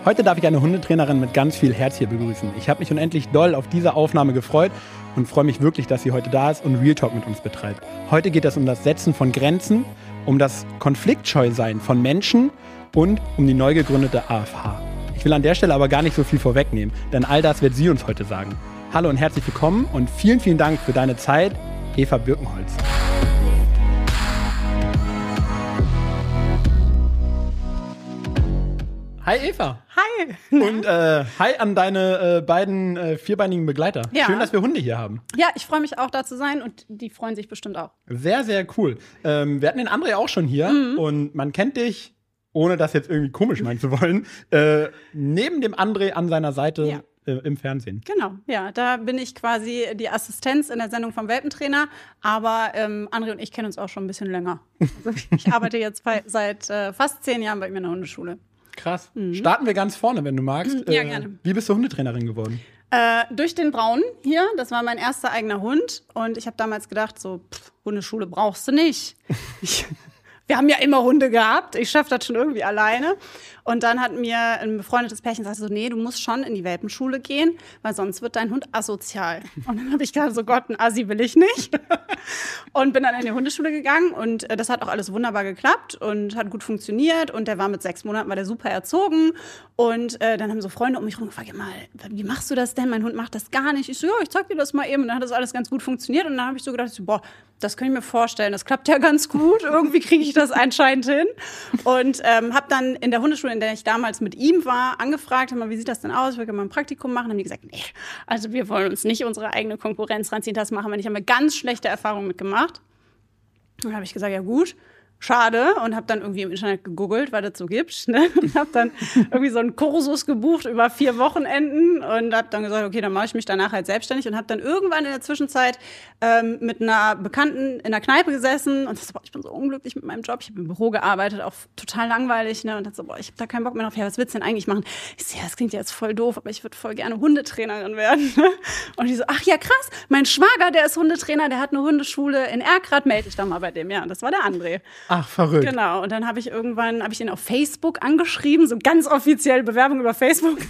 Heute darf ich eine Hundetrainerin mit ganz viel Herz hier begrüßen. Ich habe mich unendlich doll auf diese Aufnahme gefreut und freue mich wirklich, dass sie heute da ist und Real Talk mit uns betreibt. Heute geht es um das Setzen von Grenzen, um das Konfliktscheu-Sein von Menschen und um die neu gegründete AFH. Ich will an der Stelle aber gar nicht so viel vorwegnehmen, denn all das wird sie uns heute sagen. Hallo und herzlich willkommen und vielen, vielen Dank für deine Zeit, Eva Birkenholz. Hi Eva. Hi. Und hi an deine beiden vierbeinigen Begleiter. Ja. Schön, dass wir Hunde hier haben. Ja, ich freue mich auch, da zu sein und die freuen sich bestimmt auch. Sehr, sehr cool. Wir hatten den André auch schon hier und man kennt dich, ohne das jetzt irgendwie komisch meinen zu wollen, neben dem André an seiner Seite im Fernsehen. Genau, ja, da bin ich quasi die Assistenz in der Sendung vom Welpentrainer, aber André und ich kennen uns auch schon ein bisschen länger. Also ich arbeite jetzt seit fast 10 Jahren bei mir in der Hundeschule. Krass. Starten wir ganz vorne, wenn du magst. Ja, gerne. Wie bist du Hundetrainerin geworden? Durch den Braun hier, das war mein erster eigener Hund. Und ich habe damals gedacht, so, Hundeschule brauchst du nicht. Wir haben ja immer Hunde gehabt, ich schaffe das schon irgendwie alleine. Und dann hat mir ein befreundetes Pärchen gesagt, so, nee, du musst schon in die Welpenschule gehen, weil sonst wird dein Hund asozial. Und dann habe ich gedacht, so Gott, ein Assi will ich nicht. Und bin dann in die Hundeschule gegangen und das hat auch alles wunderbar geklappt und hat gut funktioniert. Und der war mit 6 Monaten, war der super erzogen. Und dann haben so Freunde um mich herum gefragt, mal, wie machst du das denn? Mein Hund macht das gar nicht. Ich so, ja, ich zeig dir das mal eben. Und dann hat das alles ganz gut funktioniert. Und dann habe ich so gedacht, boah, das kann ich mir vorstellen. Das klappt ja ganz gut. Irgendwie kriege ich das anscheinend hin. Und habe dann in der Hundeschule, in der ich damals mit ihm war, angefragt, wie sieht das denn aus? Ich will mal ein Praktikum machen. Dann haben die gesagt, nee, also wir wollen uns nicht unsere eigene Konkurrenz ranziehen. Das machen wir nicht. Haben wir ganz schlechte Erfahrungen mitgemacht. Dann habe ich gesagt, ja gut, schade. Und habe dann irgendwie im Internet gegoogelt, was das so gibt. Ne? Und habe dann irgendwie so einen Kursus gebucht über 4 Wochenenden und habe dann gesagt, okay, dann mache ich mich danach halt selbstständig und habe dann irgendwann in der Zwischenzeit mit einer Bekannten in der Kneipe gesessen und dachte, boah, ich bin so unglücklich mit meinem Job. Ich habe im Büro gearbeitet, auch total langweilig. Ne? Und dachte so, boah, ich habe da keinen Bock mehr drauf. Ja, was willst du denn eigentlich machen? Ich so, ja, das klingt jetzt voll doof, aber ich würde voll gerne Hundetrainerin werden. Und die so, ach ja, krass, mein Schwager, der ist Hundetrainer, der hat eine Hundeschule in Erkrath, melde dich doch mal bei dem. Ja, und das war der André. Ach, verrückt. Genau, und dann habe ich ihn auf Facebook angeschrieben, so ganz offiziell Bewerbung über Facebook.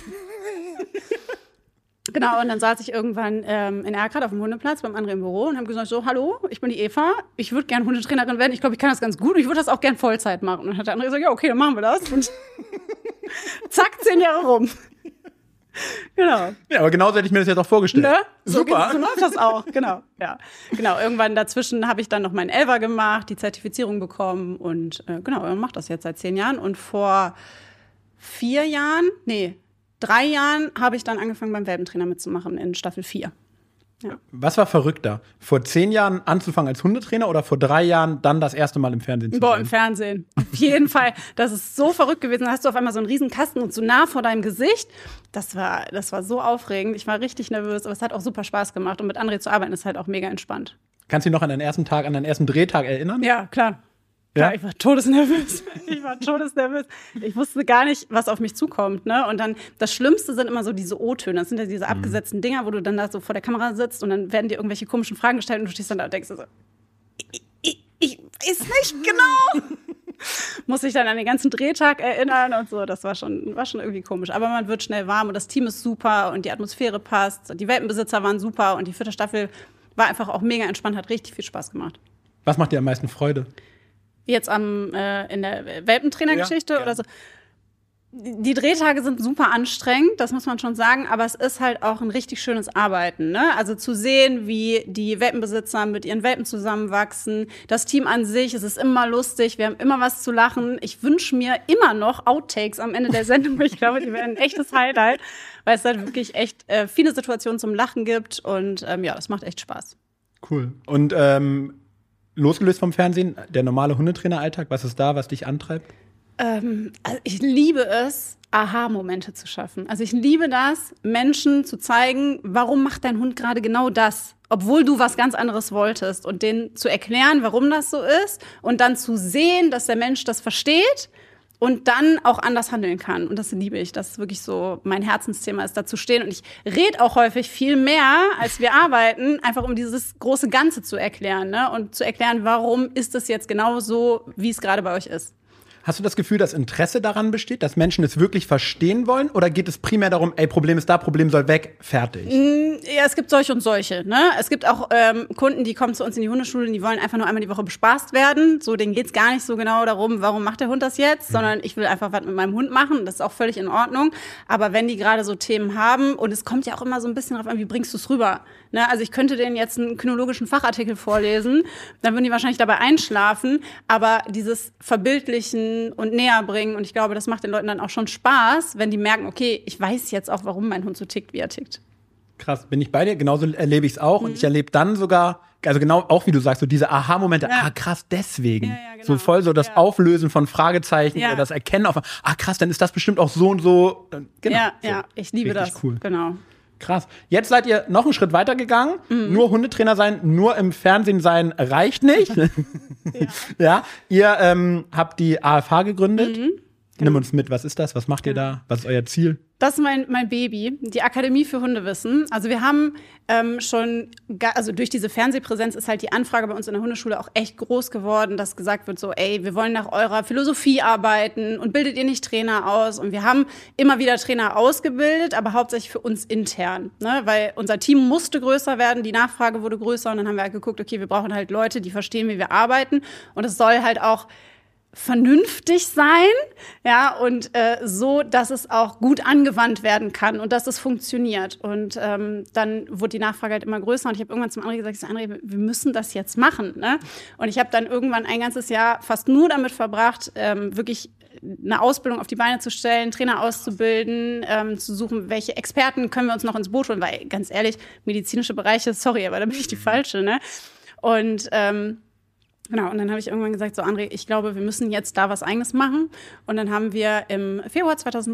Genau, und dann saß ich irgendwann in Erkrath auf dem Hundeplatz beim André im Büro und habe gesagt, so, hallo, ich bin die Eva, ich würde gerne Hundetrainerin werden, ich glaube, ich kann das ganz gut und ich würde das auch gerne Vollzeit machen. Und dann hat der André gesagt, ja, okay, dann machen wir das. Und zack, 10 Jahre rum. Genau. Ja, aber genauso hätte ich mir das jetzt auch vorgestellt. Ne? Super. So läuft das auch, genau. Ja. Genau, irgendwann dazwischen habe ich dann noch meinen Elfer gemacht, die Zertifizierung bekommen und genau, man macht das jetzt seit 10 Jahren und vor 3 Jahren habe ich dann angefangen beim Welpentrainer mitzumachen in Staffel 4. Ja. Was war verrückter? Vor 10 Jahren anzufangen als Hundetrainer oder vor 3 Jahren dann das erste Mal im Fernsehen zu sein? Boah, im Fernsehen. Auf jeden Fall. Das ist so verrückt gewesen. Da hast du auf einmal so einen riesen Kasten und so nah vor deinem Gesicht. Das war so aufregend. Ich war richtig nervös, aber es hat auch super Spaß gemacht. Und mit André zu arbeiten ist halt auch mega entspannt. Kannst du dich noch an deinen ersten Tag, an deinen ersten Drehtag erinnern? Ja, klar. Ja, ich war todesnervös. Ich wusste gar nicht, was auf mich zukommt. Ne? Und dann, das Schlimmste sind immer so diese O-Töne. Das sind ja diese abgesetzten Dinger, wo du dann da so vor der Kamera sitzt und dann werden dir irgendwelche komischen Fragen gestellt und du stehst dann da und denkst so, ich weiß nicht genau. Muss ich dann an den ganzen Drehtag erinnern und so. Das war schon irgendwie komisch. Aber man wird schnell warm und das Team ist super und die Atmosphäre passt. Die Welpenbesitzer waren super und die 4. Staffel war einfach auch mega entspannt, hat richtig viel Spaß gemacht. Was macht dir am meisten Freude? Jetzt in der Welpentrainergeschichte oder so. Die Drehtage sind super anstrengend, das muss man schon sagen, aber es ist halt auch ein richtig schönes Arbeiten. Ne? Also zu sehen, wie die Welpenbesitzer mit ihren Welpen zusammenwachsen, das Team an sich, es ist immer lustig, wir haben immer was zu lachen. Ich wünsche mir immer noch Outtakes am Ende der Sendung, ich glaube, die wären ein echtes Highlight, weil es halt wirklich echt viele Situationen zum Lachen gibt und ja, das macht echt Spaß. Cool. Und losgelöst vom Fernsehen, der normale Hundetraineralltag, was ist da, was dich antreibt? Also ich liebe es, Aha-Momente zu schaffen. Also ich liebe das, Menschen zu zeigen, warum macht dein Hund gerade genau das, obwohl du was ganz anderes wolltest. Und denen zu erklären, warum das so ist und dann zu sehen, dass der Mensch das versteht und dann auch anders handeln kann. Und das liebe ich. Das ist wirklich so mein Herzensthema, ist da zu stehen. Und ich rede auch häufig viel mehr, als wir arbeiten, einfach um dieses große Ganze zu erklären, ne? Und zu erklären, warum ist es jetzt genau so, wie es gerade bei euch ist. Hast du das Gefühl, dass Interesse daran besteht, dass Menschen es wirklich verstehen wollen? Oder geht es primär darum, ey, Problem ist da, Problem soll weg, fertig? Ja, es gibt solche und solche. Ne? Es gibt auch Kunden, die kommen zu uns in die Hundeschule und die wollen einfach nur einmal die Woche bespaßt werden. So, denen geht's gar nicht so genau darum, warum macht der Hund das jetzt, sondern ich will einfach was mit meinem Hund machen. Das ist auch völlig in Ordnung. Aber wenn die gerade so Themen haben, und es kommt ja auch immer so ein bisschen darauf an, wie bringst du es rüber? Ne? Also ich könnte denen jetzt einen kynologischen Fachartikel vorlesen, dann würden die wahrscheinlich dabei einschlafen. Aber dieses Verbildlichen und näher bringen. Und ich glaube, das macht den Leuten dann auch schon Spaß, wenn die merken, okay, ich weiß jetzt auch, warum mein Hund so tickt, wie er tickt. Krass, bin ich bei dir. Genauso erlebe ich es auch. Und ich erlebe dann sogar, also genau auch wie du sagst, so diese Aha-Momente, krass, deswegen. Ja, genau. So voll so das Auflösen von Fragezeichen oder das Erkennen auf, krass, dann ist das bestimmt auch so und so. Genau. Ja, ich liebe richtig das. Cool. Genau. Krass. Jetzt seid ihr noch einen Schritt weiter gegangen. Nur Hundetrainer sein, nur im Fernsehen sein reicht nicht. Ja. Ihr habt die AFH gegründet. Nimm uns mit, was ist das? Was macht ihr da? Was ist euer Ziel? Das ist mein Baby, die Akademie für Hundewissen. Also wir haben also durch diese Fernsehpräsenz ist halt die Anfrage bei uns in der Hundeschule auch echt groß geworden, dass gesagt wird so, ey, wir wollen nach eurer Philosophie arbeiten und bildet ihr nicht Trainer aus? Und wir haben immer wieder Trainer ausgebildet, aber hauptsächlich für uns intern, ne? Weil unser Team musste größer werden, die Nachfrage wurde größer und dann haben wir halt geguckt, okay, wir brauchen halt Leute, die verstehen, wie wir arbeiten und es soll halt auch vernünftig sein, ja, und so, dass es auch gut angewandt werden kann und dass es funktioniert. Und dann wurde die Nachfrage halt immer größer und ich habe irgendwann zum André gesagt, André, wir müssen das jetzt machen, ne? Und ich habe dann irgendwann ein ganzes Jahr fast nur damit verbracht, wirklich eine Ausbildung auf die Beine zu stellen, Trainer auszubilden, zu suchen, welche Experten können wir uns noch ins Boot holen, weil ganz ehrlich, medizinische Bereiche, sorry, aber da bin ich die Falsche, ne? Und genau, und dann habe ich irgendwann gesagt, so André, ich glaube, wir müssen jetzt da was Eigenes machen. Und dann haben wir im Februar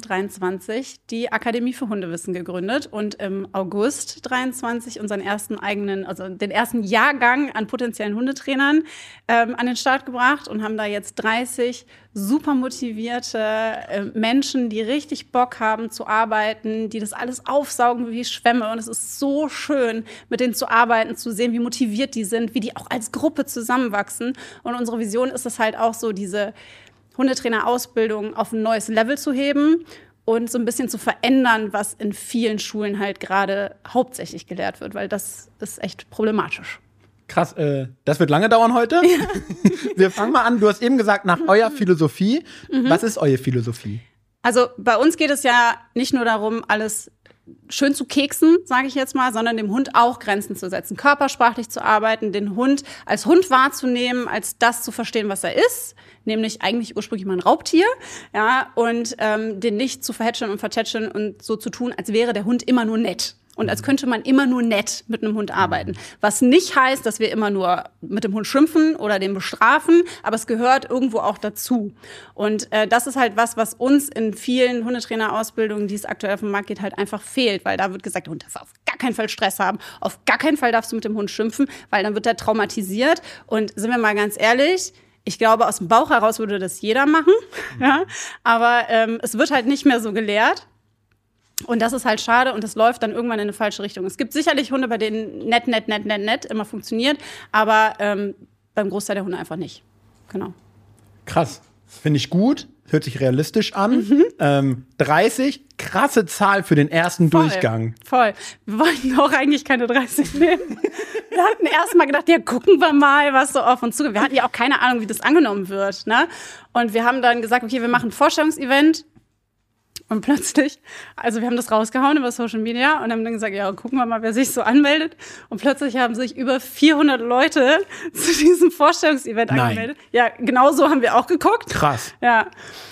2023 die Akademie für Hundewissen gegründet und im August 2023 unseren ersten eigenen, also den ersten Jahrgang an potenziellen Hundetrainern an den Start gebracht und haben da jetzt 30 super motivierte Menschen, die richtig Bock haben zu arbeiten, die das alles aufsaugen wie Schwämme. Und es ist so schön, mit denen zu arbeiten, zu sehen, wie motiviert die sind, wie die auch als Gruppe zusammenwachsen. Und unsere Vision ist es halt auch so, diese Hundetrainer-Ausbildung auf ein neues Level zu heben und so ein bisschen zu verändern, was in vielen Schulen halt gerade hauptsächlich gelehrt wird, weil das ist echt problematisch. Krass, das wird lange dauern heute. Ja. Wir fangen mal an. Du hast eben gesagt, nach eurer Philosophie. Was ist eure Philosophie? Also bei uns geht es ja nicht nur darum, alles schön zu keksen, sage ich jetzt mal, sondern dem Hund auch Grenzen zu setzen, körpersprachlich zu arbeiten, den Hund als Hund wahrzunehmen, als das zu verstehen, was er ist, nämlich eigentlich ursprünglich mal ein Raubtier, ja, und den nicht zu verhätscheln und vertätscheln und so zu tun, als wäre der Hund immer nur nett. Und als könnte man immer nur nett mit einem Hund arbeiten. Was nicht heißt, dass wir immer nur mit dem Hund schimpfen oder den bestrafen, aber es gehört irgendwo auch dazu. Und das ist halt was uns in vielen Hundetrainerausbildungen, die es aktuell auf dem Markt geht, halt einfach fehlt. Weil da wird gesagt, der Hund darf auf gar keinen Fall Stress haben, auf gar keinen Fall darfst du mit dem Hund schimpfen, weil dann wird er traumatisiert. Und sind wir mal ganz ehrlich, ich glaube, aus dem Bauch heraus würde das jeder machen. Ja? Aber es wird halt nicht mehr so gelehrt. Und das ist halt schade und das läuft dann irgendwann in eine falsche Richtung. Es gibt sicherlich Hunde, bei denen nett immer funktioniert, aber beim Großteil der Hunde einfach nicht. Genau. Krass. Finde ich gut. Hört sich realistisch an. 30, krasse Zahl für den ersten Durchgang. Voll. Wir wollten auch eigentlich keine 30 nehmen. Wir hatten erst mal gedacht, ja, gucken wir mal, was so auf uns zukommt. Wir hatten ja auch keine Ahnung, wie das angenommen wird, ne? Und wir haben dann gesagt, okay, wir machen ein Vorstellungsevent. Und plötzlich, also wir haben das rausgehauen über Social Media und haben dann gesagt, ja, gucken wir mal, wer sich so anmeldet. Und plötzlich haben sich über 400 Leute zu diesem Vorstellungsevent angemeldet. Ja, genau so haben wir auch geguckt. Krass. Ja.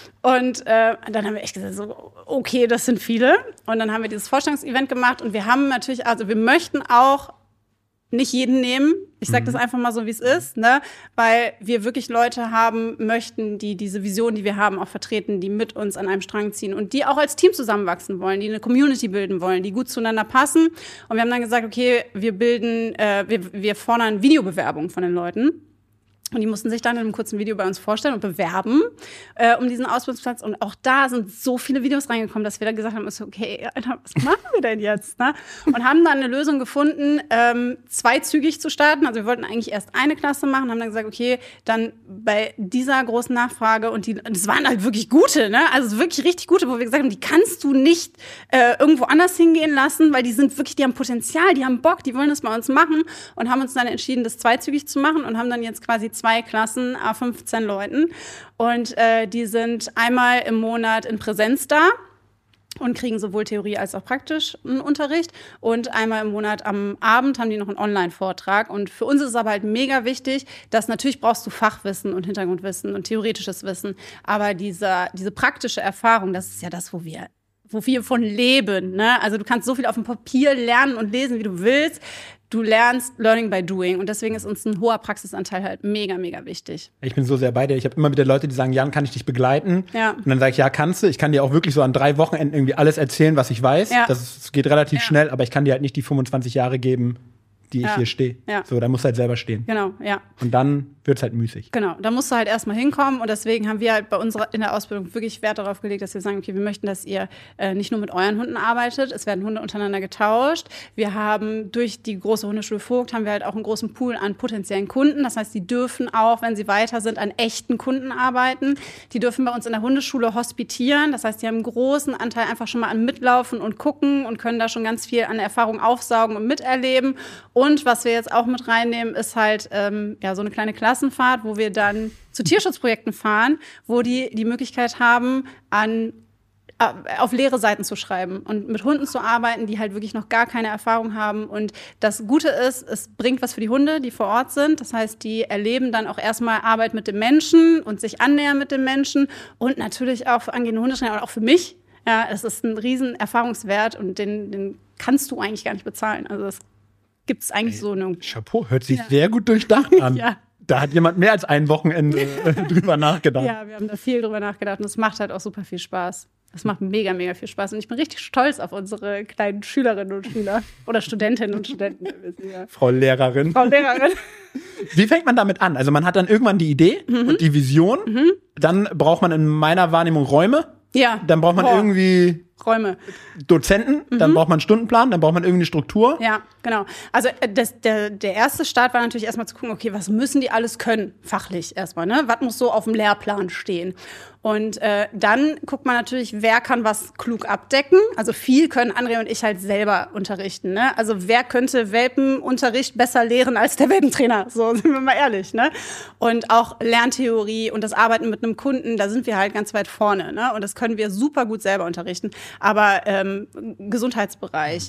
Und dann haben wir echt gesagt, so, okay, das sind viele. Und dann haben wir dieses Vorstellungsevent gemacht und wir haben natürlich, also wir möchten auch nicht jeden nehmen. Ich sage das einfach mal so, wie es ist, ne? Weil wir wirklich Leute haben möchten, die diese Vision, die wir haben, auch vertreten, die mit uns an einem Strang ziehen und die auch als Team zusammenwachsen wollen, die eine Community bilden wollen, die gut zueinander passen. Und wir haben dann gesagt, okay, wir fordern Videobewerbung von den Leuten. Und die mussten sich dann in einem kurzen Video bei uns vorstellen und bewerben um diesen Ausbildungsplatz. Und auch da sind so viele Videos reingekommen, dass wir dann gesagt haben, okay, Alter, was machen wir denn jetzt? Ne? Und haben dann eine Lösung gefunden, zweizügig zu starten. Also wir wollten eigentlich erst eine Klasse machen, haben dann gesagt, okay, dann bei dieser großen Nachfrage und das waren halt wirklich gute, ne? Also wirklich richtig gute, wo wir gesagt haben, die kannst du nicht irgendwo anders hingehen lassen, weil die haben Potenzial, die haben Bock, die wollen das bei uns machen und haben uns dann entschieden, das zweizügig zu machen und haben dann jetzt quasi 2 Klassen, 15 Leuten. Und die sind einmal im Monat in Präsenz da und kriegen sowohl Theorie als auch praktischen Unterricht. Und einmal im Monat am Abend haben die noch einen Online-Vortrag. Und für uns ist es aber halt mega wichtig, dass natürlich brauchst du Fachwissen und Hintergrundwissen und theoretisches Wissen. Aber diese praktische Erfahrung, das ist ja das, wo wir von leben. Ne? Also du kannst so viel auf dem Papier lernen und lesen, wie du willst. Du lernst Learning by Doing und deswegen ist uns ein hoher Praxisanteil halt mega, mega wichtig. Ich bin so sehr bei dir. Ich habe immer wieder Leute, die sagen, Jan, kann ich dich begleiten? Ja. Und dann sage ich, ja, kannst du. Ich kann dir auch wirklich so an 3 Wochenenden irgendwie alles erzählen, was ich weiß. Ja. Das geht relativ schnell, aber ich kann dir halt nicht die 25 Jahre geben, die ich hier stehe. Ja. So, da musst du halt selber stehen. Genau, ja. Und dann wird's halt müßig. Genau, da musst du halt erstmal hinkommen und deswegen haben wir halt in der Ausbildung wirklich Wert darauf gelegt, dass wir sagen, okay, wir möchten, dass ihr nicht nur mit euren Hunden arbeitet, es werden Hunde untereinander getauscht. Wir haben durch die große Hundeschule Vogt haben wir halt auch einen großen Pool an potenziellen Kunden. Das heißt, die dürfen auch, wenn sie weiter sind, an echten Kunden arbeiten. Die dürfen bei uns in der Hundeschule hospitieren. Das heißt, die haben einen großen Anteil einfach schon mal an Mitlaufen und Gucken und können da schon ganz viel an Erfahrung aufsaugen und miterleben. Und was wir jetzt auch mit reinnehmen, ist halt so eine kleine Klassenfahrt, wo wir dann zu Tierschutzprojekten fahren, wo die Möglichkeit haben, auf leere Seiten zu schreiben und mit Hunden zu arbeiten, die halt wirklich noch gar keine Erfahrung haben. Und das Gute ist, es bringt was für die Hunde, die vor Ort sind. Das heißt, die erleben dann auch erstmal Arbeit mit dem Menschen und sich annähern mit dem Menschen und natürlich auch für angehende Hundetrainer und auch für mich. Ja, es ist ein riesen Erfahrungswert und den kannst du eigentlich gar nicht bezahlen. Also das gibt es eigentlich so eine. Chapeau, hört sich sehr gut durchdacht an. Ja. Da hat jemand mehr als ein Wochenende drüber nachgedacht. Ja, wir haben da viel drüber nachgedacht und es macht halt auch super viel Spaß. Das macht mega, mega viel Spaß und ich bin richtig stolz auf unsere kleinen Schülerinnen und Schüler oder Studentinnen und Studenten. Frau Lehrerin. Wie fängt man damit an? Also man hat dann irgendwann die Idee und die Vision. Dann braucht man in meiner Wahrnehmung Räume. Ja. Dann braucht man irgendwie Räume. Dozenten, dann braucht man einen Stundenplan, dann braucht man irgendwie eine Struktur. Ja, genau. Also der erste Start war natürlich erstmal zu gucken, okay, was müssen die alles können, fachlich erstmal, ne? Was muss so auf dem Lehrplan stehen? Und dann guckt man natürlich, wer kann was klug abdecken. Also viel können André und ich halt selber unterrichten. Ne? Also wer könnte Welpenunterricht besser lehren als der Welpentrainer? So sind wir mal ehrlich. Ne? Und auch Lerntheorie und das Arbeiten mit einem Kunden, da sind wir halt ganz weit vorne. Ne? Und das können wir super gut selber unterrichten. Aber Gesundheitsbereich,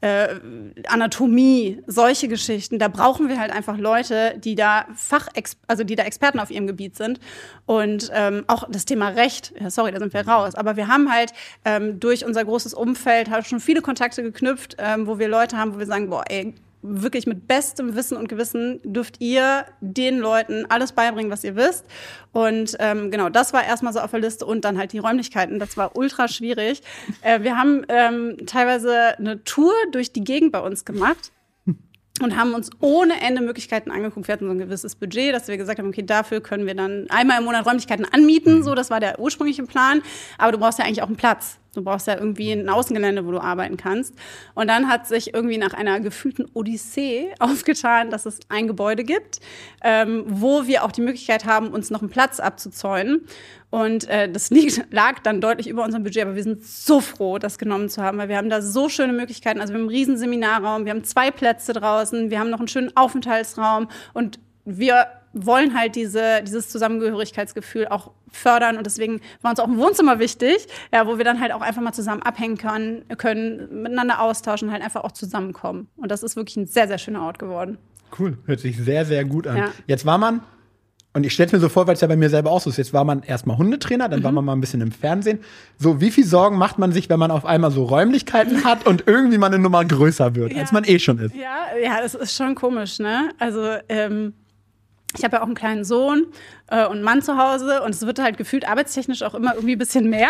Anatomie, solche Geschichten, da brauchen wir halt einfach Leute, die da die da Experten auf ihrem Gebiet sind. Und auch das Thema Recht, ja, sorry, da sind wir raus. Aber wir haben halt durch unser großes Umfeld halt schon viele Kontakte geknüpft, wo wir Leute haben, wo wir sagen, boah, ey, wirklich mit bestem Wissen und Gewissen dürft ihr den Leuten alles beibringen, was ihr wisst. Und genau, das war erstmal so auf der Liste und dann halt die Räumlichkeiten. Das war ultra schwierig. Wir haben teilweise eine Tour durch die Gegend bei uns gemacht. Und haben uns ohne Ende Möglichkeiten angeguckt. Wir hatten so ein gewisses Budget, dass wir gesagt haben, okay, dafür können wir dann einmal im Monat Räumlichkeiten anmieten. So, das war der ursprüngliche Plan. Aber du brauchst ja eigentlich auch einen Platz. Du brauchst ja irgendwie ein Außengelände, wo du arbeiten kannst. Und dann hat sich irgendwie nach einer gefühlten Odyssee aufgetan, dass es ein Gebäude gibt, wo wir auch die Möglichkeit haben, uns noch einen Platz abzuzäunen. Und das lag dann deutlich über unserem Budget, aber wir sind so froh, das genommen zu haben, weil wir haben da so schöne Möglichkeiten. Also wir haben einen riesen Seminarraum, wir haben 2 Plätze draußen, wir haben noch einen schönen Aufenthaltsraum und wir wollen halt dieses Zusammengehörigkeitsgefühl auch fördern und deswegen war uns auch ein Wohnzimmer wichtig, ja, wo wir dann halt auch einfach mal zusammen abhängen können, miteinander austauschen, halt einfach auch zusammenkommen. Und das ist wirklich ein sehr, sehr schöner Ort geworden. Cool, hört sich sehr, sehr gut an. Ja. Jetzt war man, und ich stelle es mir so vor, weil es ja bei mir selber auch so ist, jetzt war man erstmal Hundetrainer, dann war man mal ein bisschen im Fernsehen. So, wie viel Sorgen macht man sich, wenn man auf einmal so Räumlichkeiten hat und irgendwie mal eine Nummer größer wird, als man eh schon ist? Ja, das ist schon komisch, ne? Also, Ich habe ja auch einen kleinen Sohn und einen Mann zu Hause und es wird halt gefühlt arbeitstechnisch auch immer irgendwie ein bisschen mehr.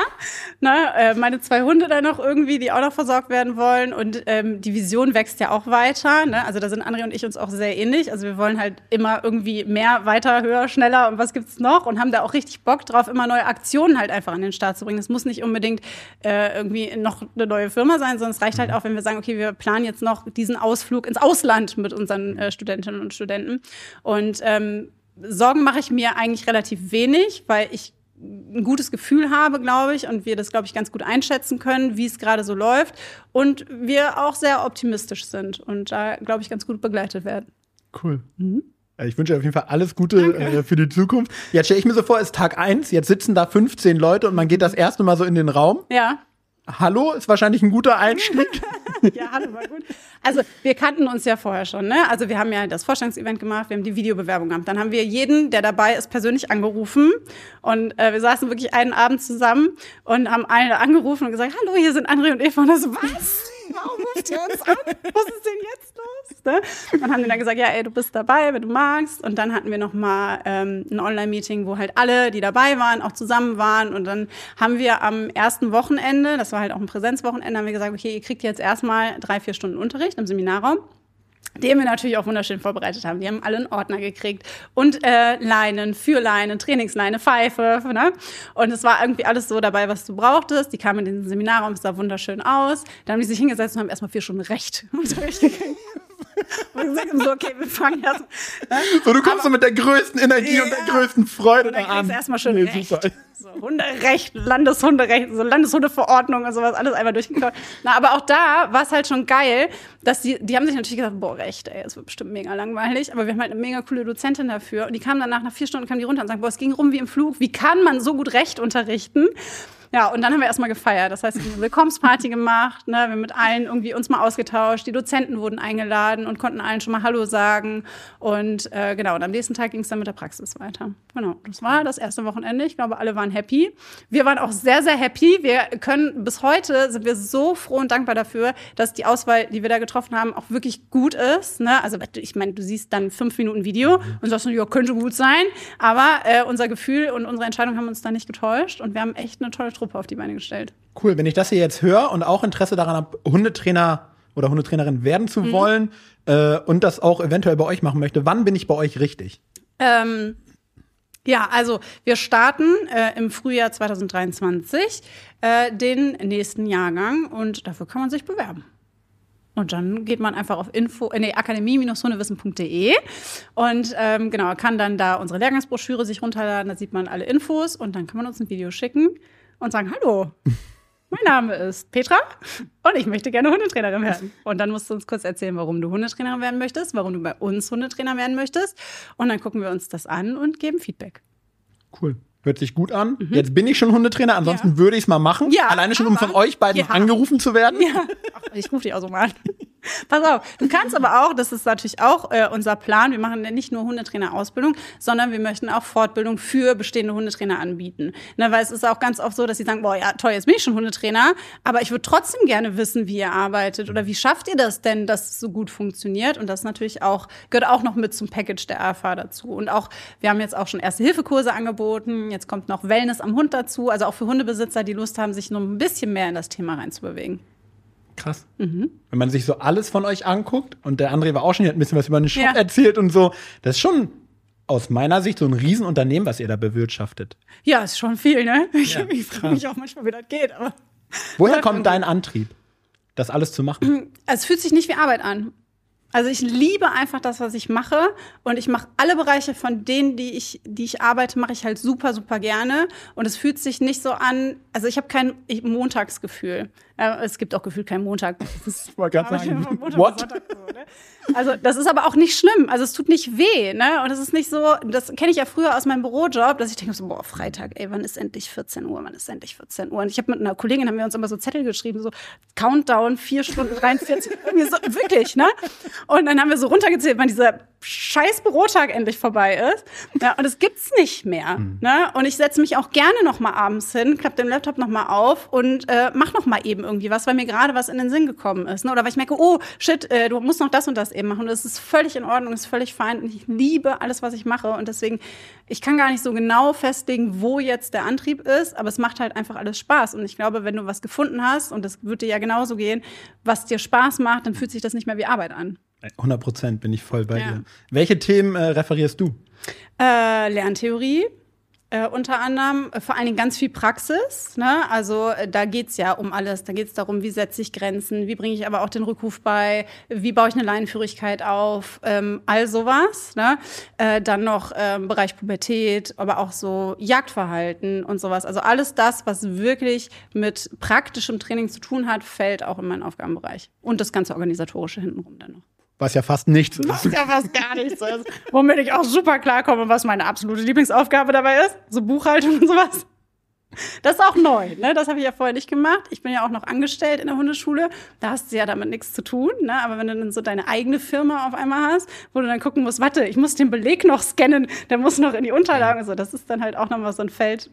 Ne? Meine 2 Hunde dann noch irgendwie, die auch noch versorgt werden wollen und die Vision wächst ja auch weiter. Ne? Also da sind André und ich uns auch sehr ähnlich. Also wir wollen halt immer irgendwie mehr, weiter, höher, schneller und was gibt's noch und haben da auch richtig Bock drauf, immer neue Aktionen halt einfach an den Start zu bringen. Es muss nicht unbedingt irgendwie noch eine neue Firma sein, sondern es reicht halt auch, wenn wir sagen, okay, wir planen jetzt noch diesen Ausflug ins Ausland mit unseren Studentinnen und Studenten und Sorgen mache ich mir eigentlich relativ wenig, weil ich ein gutes Gefühl habe, glaube ich, und wir das, glaube ich, ganz gut einschätzen können, wie es gerade so läuft und wir auch sehr optimistisch sind und da, glaube ich, ganz gut begleitet werden. Cool. Ich wünsche dir auf jeden Fall alles Gute für die Zukunft. Jetzt stelle ich mir so vor, es ist Tag 1, jetzt sitzen da 15 Leute und man geht das erste Mal so in den Raum. Ja. Hallo ist wahrscheinlich ein guter Einstieg. Ja, hallo, war gut. Also wir kannten uns ja vorher schon, ne? Also wir haben ja das Vorstellungsevent gemacht, wir haben die Videobewerbung gemacht. Dann haben wir jeden, der dabei ist, persönlich angerufen. Und wir saßen wirklich einen Abend zusammen und haben alle angerufen und gesagt, hallo, hier sind André und Eva. Und so, was? Warum ruft ihr uns an? Was ist denn jetzt los? Ne? Und haben dann gesagt, ja, ey, du bist dabei, wenn du magst. Und dann hatten wir noch mal ein Online-Meeting, wo halt alle, die dabei waren, auch zusammen waren. Und dann haben wir am ersten Wochenende, das war halt auch ein Präsenzwochenende, haben wir gesagt, okay, ihr kriegt jetzt erstmal 3-4 Stunden Unterricht im Seminarraum, den wir natürlich auch wunderschön vorbereitet haben. Die haben alle einen Ordner gekriegt und Leinen, Führleinen, Trainingsleine, Pfeife. Ne? Und es war irgendwie alles so dabei, was du brauchtest. Die kamen in den Seminarraum, es sah wunderschön aus. Dann haben die sich hingesetzt und haben erstmal 4 Stunden Unterricht gekriegt. Und wir gesagt haben so, okay, wir fangen erst. Ne? So, du kommst so mit der größten Energie und der größten Freude da an. Erstmal schön Recht. So, Hunderecht, Landeshunderecht, so Landeshundeverordnung und sowas, alles einmal durchgeklaut. Na, aber auch da war es halt schon geil, dass die haben sich natürlich gesagt, boah, Recht, ey, das wird bestimmt mega langweilig. Aber wir haben halt eine mega coole Dozentin dafür. Und die kam danach, nach 4 Stunden, kam die runter und sagte, boah, es ging rum wie im Flug. Wie kann man so gut Recht unterrichten? Ja, und dann haben wir erstmal gefeiert. Das heißt, wir haben eine Willkommensparty gemacht, ne? Wir haben mit allen irgendwie uns mal ausgetauscht. Die Dozenten wurden eingeladen und konnten allen schon mal Hallo sagen. Und genau, und am nächsten Tag ging es dann mit der Praxis weiter. Genau, das war das erste Wochenende. Ich glaube, alle waren happy. Wir waren auch sehr, sehr happy. Wir können bis heute, sind wir so froh und dankbar dafür, dass die Auswahl, die wir da getroffen haben, auch wirklich gut ist. Ne? Also ich meine, du siehst dann 5 Minuten Video und sagst, ja, könnte gut sein. Aber unser Gefühl und unsere Entscheidung haben uns da nicht getäuscht. Und wir haben echt eine tolle Truppe auf die Beine gestellt. Cool, wenn ich das hier jetzt höre und auch Interesse daran habe, Hundetrainer oder Hundetrainerin werden zu wollen und das auch eventuell bei euch machen möchte, wann bin ich bei euch richtig? Ja, also wir starten im Frühjahr 2023 den nächsten Jahrgang und dafür kann man sich bewerben. Und dann geht man einfach auf akademie-hundewissen.de und genau, kann dann da unsere Lehrgangsbroschüre sich runterladen, da sieht man alle Infos und dann kann man uns ein Video schicken und sagen, hallo, mein Name ist Petra und ich möchte gerne Hundetrainerin werden. Und dann musst du uns kurz erzählen, warum du Hundetrainerin werden möchtest, warum du bei uns Hundetrainer werden möchtest. Und dann gucken wir uns das an und geben Feedback. Cool. Hört sich gut an. Jetzt bin ich schon Hundetrainer, ansonsten würde ich es mal machen. Ja, alleine schon, um von euch beiden angerufen zu werden. Ja. Ach, ich rufe dich auch so mal an. Pass auf, du kannst aber auch, das ist natürlich auch unser Plan, wir machen ja nicht nur Hundetrainer-Ausbildung, sondern wir möchten auch Fortbildung für bestehende Hundetrainer anbieten. Ne, weil es ist auch ganz oft so, dass sie sagen, boah, ja toll, jetzt bin ich schon Hundetrainer, aber ich würde trotzdem gerne wissen, wie ihr arbeitet oder wie schafft ihr das denn, dass es so gut funktioniert? Und das natürlich auch, gehört auch noch mit zum Package der AFA dazu. Und auch, wir haben jetzt auch schon Erste-Hilfe-Kurse angeboten, jetzt kommt noch Wellness am Hund dazu, also auch für Hundebesitzer, die Lust haben, sich noch ein bisschen mehr in das Thema reinzubewegen. Krass. Wenn man sich so alles von euch anguckt, und der André war auch schon, der hat ein bisschen was über den Shop erzählt und so, das ist schon aus meiner Sicht so ein Riesenunternehmen, was ihr da bewirtschaftet. Ja, ist schon viel, ne? Ja, ich frage mich auch manchmal, wie das geht. Aber woher kommt dein Antrieb, das alles zu machen? Es fühlt sich nicht wie Arbeit an. Also ich liebe einfach das, was ich mache und ich mache alle Bereiche von denen, die ich arbeite, mache ich halt super, super gerne und es fühlt sich nicht so an, also ich habe kein Montagsgefühl. Es gibt auch gefühlt keinen Montag. Ich wollte gerade sagen, what? Also das ist aber auch nicht schlimm, also es tut nicht weh, ne? Und es ist nicht so, das kenne ich ja früher aus meinem Bürojob, dass ich denke so, boah, Freitag, ey, wann ist endlich 14 Uhr, wann ist endlich 14 Uhr? Und ich habe mit einer Kollegin, haben wir uns immer so Zettel geschrieben, so Countdown, 4 Stunden 43, irgendwie so, wirklich, ne? Und dann haben wir so runtergezählt, wann dieser scheiß Bürotag endlich vorbei ist. Ja, und das gibt's nicht mehr. Ne? Und ich setze mich auch gerne noch mal abends hin, klappe den Laptop noch mal auf und mach noch mal eben irgendwie was, weil mir gerade was in den Sinn gekommen ist. Ne? Oder weil ich merke, oh, shit, du musst noch das und das eben machen. Und das ist völlig in Ordnung, ist völlig fein. Und ich liebe alles, was ich mache. Und deswegen, ich kann gar nicht so genau festlegen, wo jetzt der Antrieb ist, aber es macht halt einfach alles Spaß. Und ich glaube, wenn du was gefunden hast, und das wird dir ja genauso gehen, was dir Spaß macht, dann fühlt sich das nicht mehr wie Arbeit an. 100% bin ich voll bei dir. Welche Themen referierst du? Lerntheorie. Unter anderem vor allen Dingen ganz viel Praxis. Ne? Also da geht's ja um alles. Da geht's darum, wie setze ich Grenzen, wie bringe ich aber auch den Rückruf bei, wie baue ich eine Leinenführigkeit auf, all sowas. Ne? Dann noch Bereich Pubertät, aber auch so Jagdverhalten und sowas. Also alles das, was wirklich mit praktischem Training zu tun hat, fällt auch in meinen Aufgabenbereich. Und das ganze Organisatorische hintenrum dann noch. Was ja fast nichts ist. Was ja fast gar nichts ist. Womit ich auch super klarkomme, was meine absolute Lieblingsaufgabe dabei ist. So Buchhaltung und sowas. Das ist auch neu, ne? Das habe ich ja vorher nicht gemacht. Ich bin ja auch noch angestellt in der Hundeschule. Da hast du ja damit nichts zu tun, ne? Aber wenn du dann so deine eigene Firma auf einmal hast, wo du dann gucken musst, warte, ich muss den Beleg noch scannen, der muss noch in die Unterlagen. So, das ist dann halt auch nochmal so ein Feld,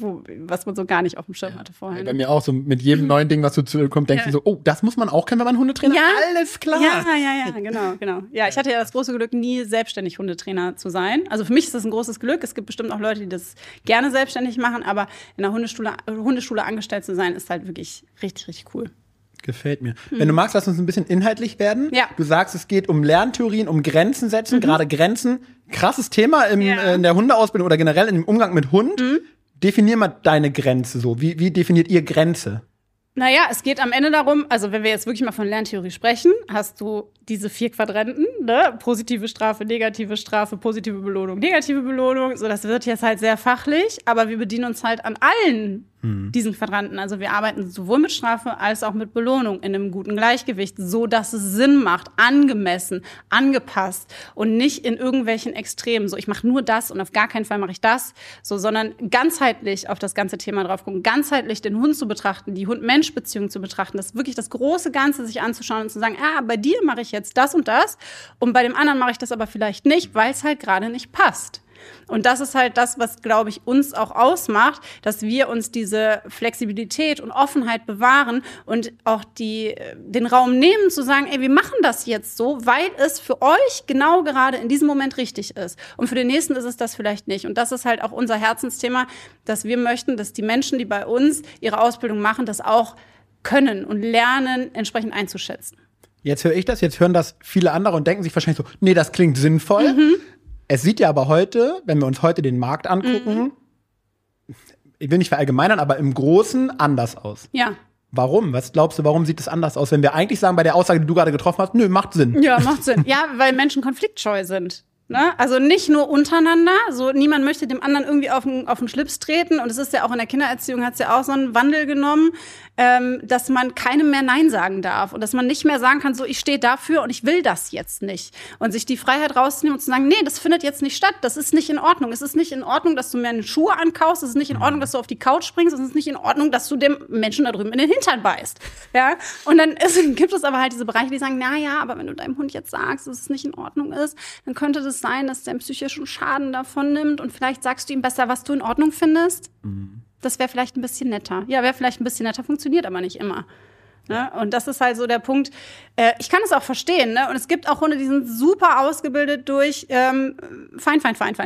was man so gar nicht auf dem Schirm hatte vorher. Bei mir auch so, mit jedem neuen Ding, was du kommt, denkst du so, oh, das muss man auch können, wenn man Hundetrainer ist. Ja, alles klar. Ja, genau. Ja, ich hatte ja das große Glück, nie selbstständig Hundetrainer zu sein. Also für mich ist das ein großes Glück. Es gibt bestimmt auch Leute, die das gerne selbstständig machen, aber in der Hundeschule angestellt zu sein, ist halt wirklich richtig, richtig cool. Gefällt mir. Wenn du magst, lass uns ein bisschen inhaltlich werden. Ja. Du sagst, es geht um Lerntheorien, um Grenzen setzen, gerade Grenzen. Krasses Thema in der Hundeausbildung oder generell im Umgang mit Hund. Definier mal deine Grenze so. Wie definiert ihr Grenze? Naja, es geht am Ende darum, also wenn wir jetzt wirklich mal von Lerntheorie sprechen, hast du diese 4 Quadranten, ne? Positive Strafe, positive Belohnung, negative Belohnung. So, das wird jetzt halt sehr fachlich, aber wir bedienen uns halt an allen diesen Quadranten. Also wir arbeiten sowohl mit Strafe als auch mit Belohnung in einem guten Gleichgewicht, so dass es Sinn macht, angemessen, angepasst und nicht in irgendwelchen Extremen. So, ich mache nur das und auf gar keinen Fall mache ich das, so, sondern ganzheitlich auf das ganze Thema drauf gucken, ganzheitlich den Hund zu betrachten, die Hund-Mensch-Beziehung zu betrachten, das wirklich das große Ganze sich anzuschauen und zu sagen, bei dir mache ich jetzt das und bei dem anderen mache ich das aber vielleicht nicht, weil es halt gerade nicht passt. Und das ist halt das, was, glaube ich, uns auch ausmacht, dass wir uns diese Flexibilität und Offenheit bewahren und auch den Raum nehmen, zu sagen, ey, wir machen das jetzt so, weil es für euch genau gerade in diesem Moment richtig ist. Und für den nächsten ist es das vielleicht nicht. Und das ist halt auch unser Herzensthema, dass wir möchten, dass die Menschen, die bei uns ihre Ausbildung machen, das auch können und lernen, entsprechend einzuschätzen. Jetzt höre ich das, jetzt hören das viele andere und denken sich wahrscheinlich so, nee, das klingt sinnvoll. Es sieht ja aber heute, wenn wir uns heute den Markt angucken, ich will nicht verallgemeinern, aber im Großen anders aus. Ja. Warum? Was glaubst du, warum sieht es anders aus, wenn wir eigentlich sagen, bei der Aussage, die du gerade getroffen hast, nö, macht Sinn. Ja, macht Sinn. Ja, weil Menschen konfliktscheu sind. Ne? Also nicht nur untereinander, so niemand möchte dem anderen irgendwie auf den Schlips treten. Und es ist ja auch in der Kindererziehung, hat es ja auch so einen Wandel genommen, dass man keinem mehr Nein sagen darf. Und dass man nicht mehr sagen kann, so ich stehe dafür und ich will das jetzt nicht. Und sich die Freiheit rauszunehmen und zu sagen, nee, das findet jetzt nicht statt, das ist nicht in Ordnung. Es ist nicht in Ordnung, dass du mir eine Schuhe ankaufst, es ist nicht in Ordnung, dass du auf die Couch springst, es ist nicht in Ordnung, dass du dem Menschen da drüben in den Hintern beißt. Ja? Und dann gibt es aber halt diese Bereiche, die sagen, na ja, aber wenn du deinem Hund jetzt sagst, dass es nicht in Ordnung ist, dann könnte das sein, dass der einen psychischen Schaden davon nimmt und vielleicht sagst du ihm besser, was du in Ordnung findest. Das wäre vielleicht ein bisschen netter. Ja, wäre vielleicht ein bisschen netter, funktioniert aber nicht immer. Ne? Und das ist halt so der Punkt. Ich kann es auch verstehen. Ne? Und es gibt auch Hunde, die sind super ausgebildet durch fein.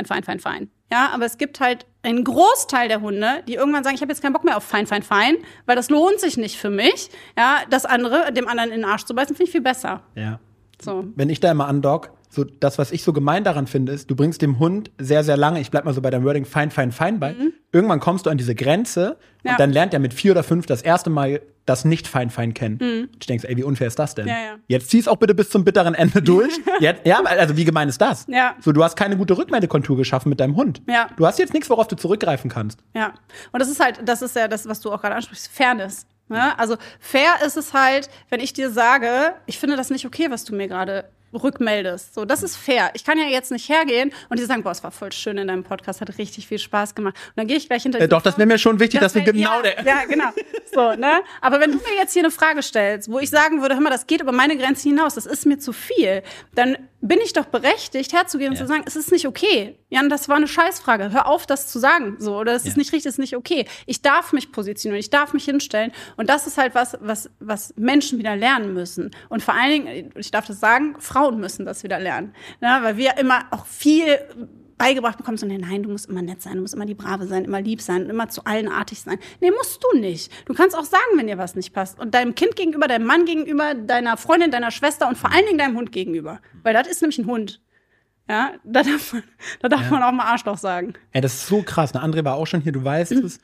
Ja, aber es gibt halt einen Großteil der Hunde, die irgendwann sagen, ich habe jetzt keinen Bock mehr auf fein, weil das lohnt sich nicht für mich. Ja, dem anderen in den Arsch zu beißen, finde ich viel besser. Ja. So. Wenn ich da immer andock, so das, was ich so gemein daran finde, ist, du bringst dem Hund sehr, sehr lange, ich bleib mal so bei deinem Wording, fein bei. Irgendwann kommst du an diese Grenze und dann lernt er mit 4 oder 5 das erste Mal das nicht fein kennen. Und ich denke, ey, wie unfair ist das denn? Ja. Jetzt zieh's auch bitte bis zum bitteren Ende durch. Also wie gemein ist das? Ja. So, du hast keine gute Rückmeldekontur geschaffen mit deinem Hund. Ja. Du hast jetzt nichts, worauf du zurückgreifen kannst. Ja. Und das ist ja das, was du auch gerade ansprichst, Fairness. Ne? Also fair ist es halt, wenn ich dir sage, ich finde das nicht okay, was du mir gerade rückmeldest. So, das ist fair. Ich kann ja jetzt nicht hergehen und die sagen, boah, es war voll schön in deinem Podcast, hat richtig viel Spaß gemacht. Und dann gehe ich gleich hinter Doch, das wäre mir schon wichtig, dass wir genau Ja, genau. So, ne? Aber wenn du mir jetzt hier eine Frage stellst, wo ich sagen würde, hör mal, das geht über meine Grenze hinaus, das ist mir zu viel, dann bin ich doch berechtigt, herzugehen und zu sagen, es ist nicht okay. Jan, das war eine Scheißfrage. Hör auf, das zu sagen. So, oder es ist nicht richtig, es ist nicht okay. Ich darf mich positionieren, ich darf mich hinstellen. Und das ist halt was Menschen wieder lernen müssen. Und vor allen Dingen, ich darf das sagen, Frauen müssen das wieder lernen. Ja, weil wir immer auch viel beigebracht bekommen, so, nein, du musst immer nett sein, du musst immer die Brave sein, immer lieb sein, immer zu allen artig sein. Nee, musst du nicht. Du kannst auch sagen, wenn dir was nicht passt. Und deinem Kind gegenüber, deinem Mann gegenüber, deiner Freundin, deiner Schwester und vor allen Dingen deinem Hund gegenüber. Weil das ist nämlich ein Hund. Ja, da darf man auch mal Arschloch sagen. Ja, das ist so krass. Eine André war auch schon hier, du weißt es.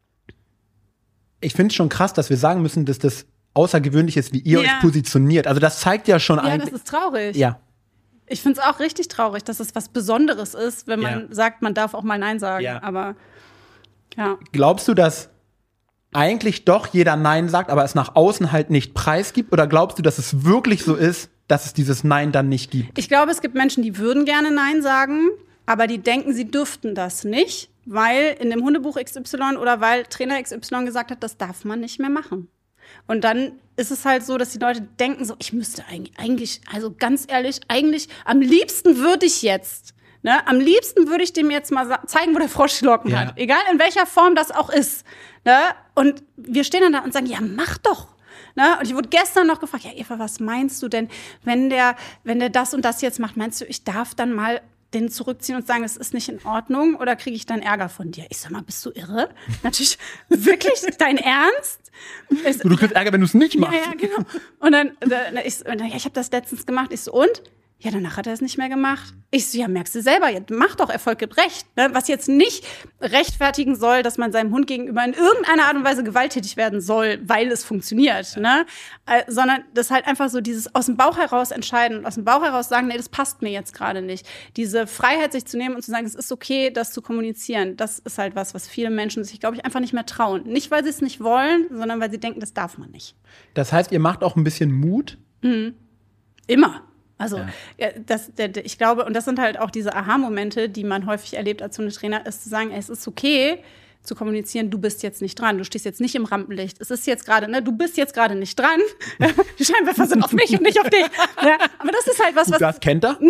Ich finde es schon krass, dass wir sagen müssen, dass das außergewöhnlich ist, wie ihr euch positioniert. Also das zeigt ja schon eigentlich. Ja, das ist traurig. Ja. Ich finde es auch richtig traurig, dass es was Besonderes ist, wenn man sagt, man darf auch mal Nein sagen. Ja. Aber ja. Glaubst du, dass eigentlich doch jeder Nein sagt, aber es nach außen halt nicht preisgibt? Oder glaubst du, dass es wirklich so ist, dass es dieses Nein dann nicht gibt? Ich glaube, es gibt Menschen, die würden gerne Nein sagen, aber die denken, sie dürften das nicht, weil in dem Hundebuch XY oder weil Trainer XY gesagt hat, das darf man nicht mehr machen. Und dann ist es halt so, dass die Leute denken so, ich müsste eigentlich, also ganz ehrlich, eigentlich am liebsten würde ich jetzt, ne, am liebsten würde ich dem jetzt mal zeigen, wo der Frosch die Locken hat. Egal in welcher Form das auch ist. Ne? Und wir stehen dann da und sagen, ja, mach doch. Ne? Und ich wurde gestern noch gefragt, ja, Eva, was meinst du denn, wenn der das und das jetzt macht, meinst du, ich darf dann mal den zurückziehen und sagen, es ist nicht in Ordnung, oder kriege ich dann Ärger von dir? Ich sag mal, bist du irre? Natürlich, wirklich, dein Ernst? Du kriegst Ärger, wenn du es nicht machst. Ja, genau. Und dann ich habe das letztens gemacht. Ich so, und? Ja, danach hat er es nicht mehr gemacht. Ich so, ja, merkst du selber, mach doch, Erfolg gibt Recht. Ne? Was jetzt nicht rechtfertigen soll, dass man seinem Hund gegenüber in irgendeiner Art und Weise gewalttätig werden soll, weil es funktioniert. Ne? Sondern das halt einfach so dieses aus dem Bauch heraus entscheiden und aus dem Bauch heraus sagen, nee, das passt mir jetzt gerade nicht. Diese Freiheit, sich zu nehmen und zu sagen, es ist okay, das zu kommunizieren, das ist halt was viele Menschen sich, glaube ich, einfach nicht mehr trauen. Nicht, weil sie es nicht wollen, sondern weil sie denken, das darf man nicht. Das heißt, ihr macht auch ein bisschen Mut? Mhm. Immer. Also ich glaube, und das sind halt auch diese Aha-Momente, die man häufig erlebt als Hundetrainer, ist zu sagen, es ist okay zu kommunizieren, du bist jetzt nicht dran, du stehst jetzt nicht im Rampenlicht. Es ist jetzt gerade, ne, du bist jetzt gerade nicht dran. Die Scheinwerfer sind auf mich und nicht auf dich. Ja, aber das ist halt was. Das kennt er?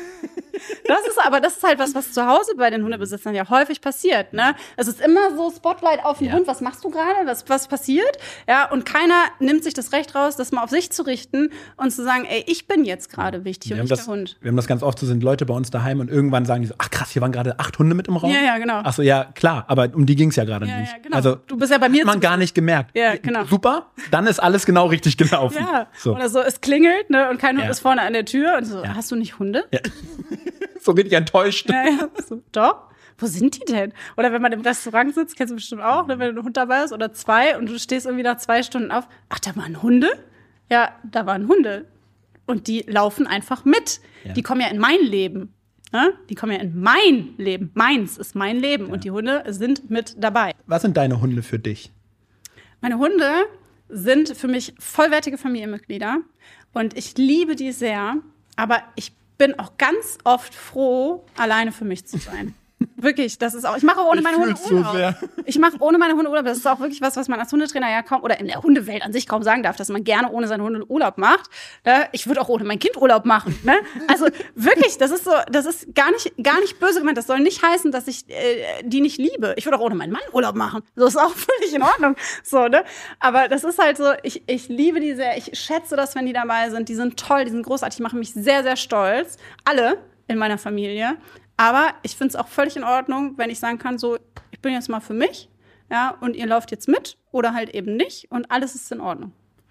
Das ist halt was zu Hause bei den Hundebesitzern ja häufig passiert, ne? Es ist immer so Spotlight auf den Hund, was machst du gerade, was passiert? Ja, und keiner nimmt sich das Recht raus, das mal auf sich zu richten und zu sagen, ey, ich bin jetzt gerade wichtig und nicht der Hund. Wir haben das ganz oft, so sind Leute bei uns daheim und irgendwann sagen die so, ach krass, hier waren gerade 8 Hunde mit im Raum. Ja, genau. Ach so, ja, klar, aber um die ging es ja gerade nicht. Ja, genau. Also, du bist ja bei mir. Hat man gar nicht gemerkt. Ja, genau. Super, dann ist alles genau richtig gelaufen. Ja, so. Oder so, es klingelt, ne, und kein Hund ist vorne an der Tür und so, hast du nicht Hunde? Ja. So richtig enttäuscht. Ja, so, doch. Wo sind die denn? Oder wenn man im Restaurant sitzt, kennst du bestimmt auch, ne, wenn du einen Hund dabei hast oder 2 und du stehst irgendwie nach 2 Stunden auf. Ach, da waren Hunde? Ja, da waren Hunde. Und die laufen einfach mit. Ja. Die kommen ja in mein Leben. Ne? Die kommen ja in mein Leben. Meins ist mein Leben. Ja. Und die Hunde sind mit dabei. Was sind deine Hunde für dich? Meine Hunde sind für mich vollwertige Familienmitglieder. Und ich liebe die sehr. Aber ich bin auch ganz oft froh, alleine für mich zu sein. Wirklich, das ist auch, ich mache ohne meine Hunde Urlaub. So sehr. Ich mache ohne meine Hunde Urlaub. Das ist auch wirklich was man als Hundetrainer ja kaum, oder in der Hundewelt an sich kaum sagen darf, dass man gerne ohne seine Hunde Urlaub macht. Ich würde auch ohne mein Kind Urlaub machen. Ne? Also wirklich, das ist gar nicht böse gemeint. Das soll nicht heißen, dass ich die nicht liebe. Ich würde auch ohne meinen Mann Urlaub machen. So ist auch völlig in Ordnung. So, ne? Aber das ist halt so, ich liebe die sehr. Ich schätze das, wenn die dabei sind. Die sind toll, die sind großartig, die machen mich sehr, sehr stolz. Alle in meiner Familie. Aber ich finde es auch völlig in Ordnung, wenn ich sagen kann, so, ich bin jetzt mal für mich, ja, und ihr lauft jetzt mit oder halt eben nicht und alles ist in Ordnung.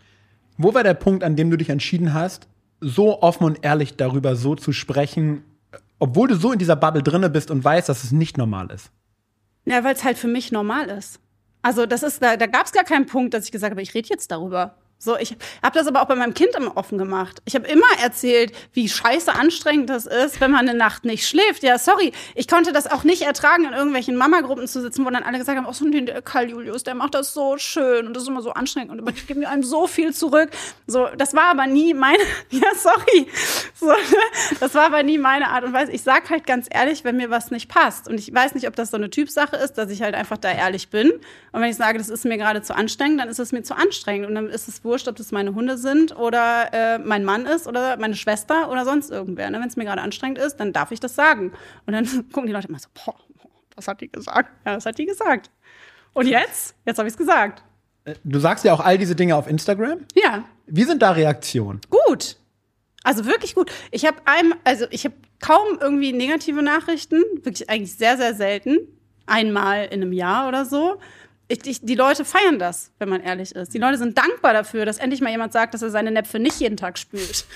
Wo war der Punkt, an dem du dich entschieden hast, so offen und ehrlich darüber so zu sprechen, obwohl du so in dieser Bubble drinne bist und weißt, dass es nicht normal ist? Ja, weil es halt für mich normal ist. Also da gab es gar keinen Punkt, dass ich gesagt habe, ich rede jetzt darüber. So, ich habe das aber auch bei meinem Kind immer offen gemacht. Ich habe immer erzählt, wie scheiße anstrengend das ist, wenn man eine Nacht nicht schläft. Ja, sorry, ich konnte das auch nicht ertragen, in irgendwelchen Mamagruppen zu sitzen, wo dann alle gesagt haben, oh, so der Karl Julius, der macht das so schön und das ist immer so anstrengend und die geben einem so viel zurück. So, das war aber nie meine, ja, sorry. So, das war aber nie meine Art und Weise. Ich sag halt ganz ehrlich, wenn mir was nicht passt. Und ich weiß nicht, ob das so eine Typsache ist, dass ich halt einfach da ehrlich bin. Und wenn ich sage, das ist mir gerade zu anstrengend, dann ist es mir zu anstrengend. Und dann ist es wurscht, ob das meine Hunde sind oder mein Mann ist oder meine Schwester oder sonst irgendwer. Wenn es mir gerade anstrengend ist, dann darf ich das sagen. Und dann gucken die Leute immer so, boah, was hat die gesagt? Ja, das hat die gesagt. Und jetzt? Jetzt habe ich es gesagt. Du sagst ja auch all diese Dinge auf Instagram. Ja. Wie sind da Reaktionen? Gut. Also wirklich gut. Ich habe kaum irgendwie negative Nachrichten. Wirklich eigentlich sehr, sehr selten. Einmal in einem Jahr oder so. Die Leute feiern das, wenn man ehrlich ist. Die Leute sind dankbar dafür, dass endlich mal jemand sagt, dass er seine Näpfe nicht jeden Tag spült.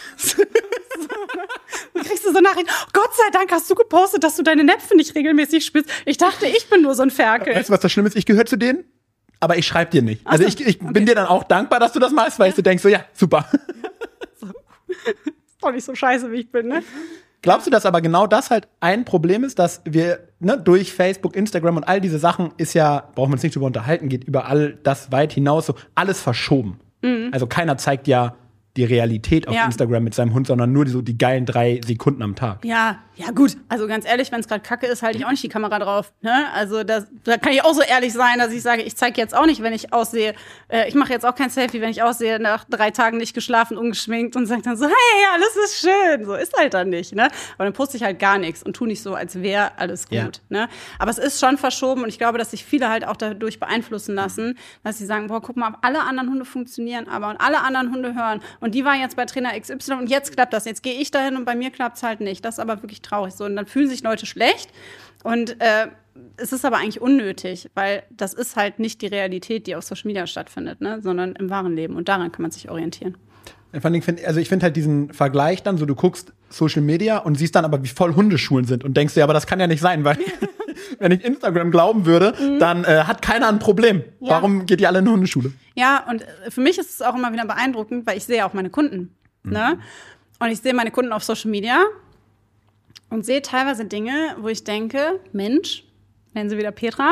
Dann kriegst du so Nachrichten, oh, Gott sei Dank hast du gepostet, dass du deine Näpfe nicht regelmäßig spülst. Ich dachte, ich bin nur so ein Ferkel. Weißt du, was das Schlimme ist? Ich gehöre zu denen, aber ich schreibe dir nicht. Also ich bin dir dann auch dankbar, dass du das machst, weil du denkst so, ja, super. So. Ist doch nicht so scheiße, wie ich bin, ne? Glaubst du, dass aber genau das halt ein Problem ist, dass wir durch Facebook, Instagram und all diese Sachen ist ja, brauchen wir uns nicht drüber unterhalten, geht über all das weit hinaus, so alles verschoben. Mhm. Also keiner zeigt ja die Realität auf Instagram mit seinem Hund, sondern nur die geilen 3 Sekunden am Tag. Ja, gut. Also ganz ehrlich, wenn es gerade kacke ist, halte ich auch nicht die Kamera drauf. Ne? Also da kann ich auch so ehrlich sein, dass ich sage, ich zeige jetzt auch nicht, wenn ich aussehe. Ich mache jetzt auch kein Selfie, wenn ich aussehe, nach 3 Tagen nicht geschlafen, ungeschminkt und sage dann so, hey, alles ist schön. So ist halt dann nicht. Ne? Aber dann poste ich halt gar nichts und tu nicht so, als wäre alles gut. Ja. Ne? Aber es ist schon verschoben und ich glaube, dass sich viele halt auch dadurch beeinflussen lassen, dass sie sagen, boah, guck mal, alle anderen Hunde funktionieren aber und alle anderen Hunde hören. Und die war jetzt bei Trainer XY und jetzt klappt das. Jetzt gehe ich dahin und bei mir klappt es halt nicht. Das ist aber wirklich traurig so. Und dann fühlen sich Leute schlecht. Und es ist aber eigentlich unnötig, weil das ist halt nicht die Realität, die auf Social Media stattfindet, ne? Sondern im wahren Leben. Und daran kann man sich orientieren. Ich finde halt diesen Vergleich dann so, du guckst Social Media und siehst dann aber, wie voll Hundeschulen sind und denkst dir, aber das kann ja nicht sein, weil wenn ich Instagram glauben würde, dann hat keiner ein Problem. Ja. Warum geht ihr alle in eine Hundeschule? Ja, und für mich ist es auch immer wieder beeindruckend, weil ich sehe auch meine Kunden. Ne? Und ich sehe meine Kunden auf Social Media und sehe teilweise Dinge, wo ich denke, Mensch, nennen Sie wieder Petra,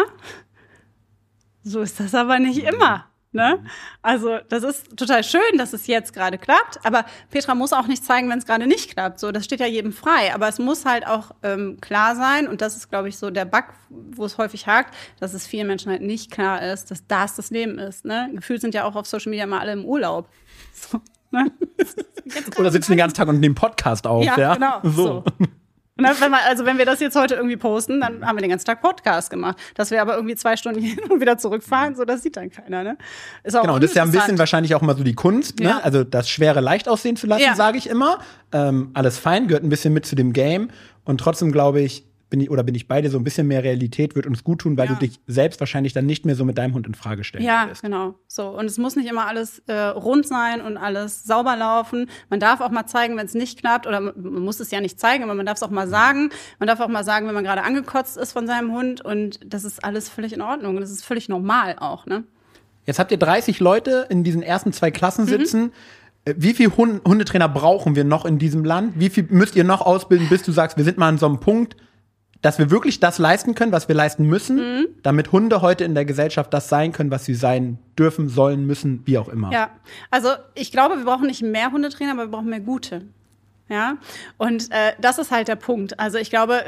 so ist das aber nicht immer. Ne? Also das ist total schön, dass es jetzt gerade klappt, aber Petra muss auch nicht zeigen, wenn es gerade nicht klappt. So, das steht ja jedem frei, aber es muss halt auch klar sein und das ist, glaube ich, so der Bug, wo es häufig hakt, dass es vielen Menschen halt nicht klar ist, dass das Leben ist. Ne? Gefühlt sind ja auch auf Social Media mal alle im Urlaub. So, ne? Oder sitzen den ganzen Tag und nehmen Podcast auf. Ja, genau. So. Und dann, wenn wir das jetzt heute irgendwie posten, dann haben wir den ganzen Tag Podcast gemacht. Dass wir aber irgendwie 2 Stunden hin und wieder zurückfahren, so das sieht dann keiner, ne? Ist auch genau, das ist ja ein bisschen wahrscheinlich auch mal so die Kunst, ne? Ja. Also das Schwere leicht aussehen zu lassen, sage ich immer. Alles fein, gehört ein bisschen mit zu dem Game. Und trotzdem glaube ich, bin ich bei dir, so ein bisschen mehr Realität wird uns gut tun, weil du dich selbst wahrscheinlich dann nicht mehr so mit deinem Hund in Frage stellen wirst. Ja, genau. So. Und es muss nicht immer alles rund sein und alles sauber laufen. Man darf auch mal zeigen, wenn es nicht klappt. Oder man muss es ja nicht zeigen, aber man darf es auch mal sagen. Man darf auch mal sagen, wenn man gerade angekotzt ist von seinem Hund. Und das ist alles völlig in Ordnung. Und das ist völlig normal auch, ne? Jetzt habt ihr 30 Leute in diesen ersten 2 Klassen sitzen. Wie viele Hundetrainer brauchen wir noch in diesem Land? Wie viel müsst ihr noch ausbilden, bis du sagst, wir sind mal an so einem Punkt, dass wir wirklich das leisten können, was wir leisten müssen, damit Hunde heute in der Gesellschaft das sein können, was sie sein dürfen, sollen, müssen, wie auch immer. Ja, also ich glaube, wir brauchen nicht mehr Hundetrainer, aber wir brauchen mehr gute. Ja, und das ist halt der Punkt. Also ich glaube,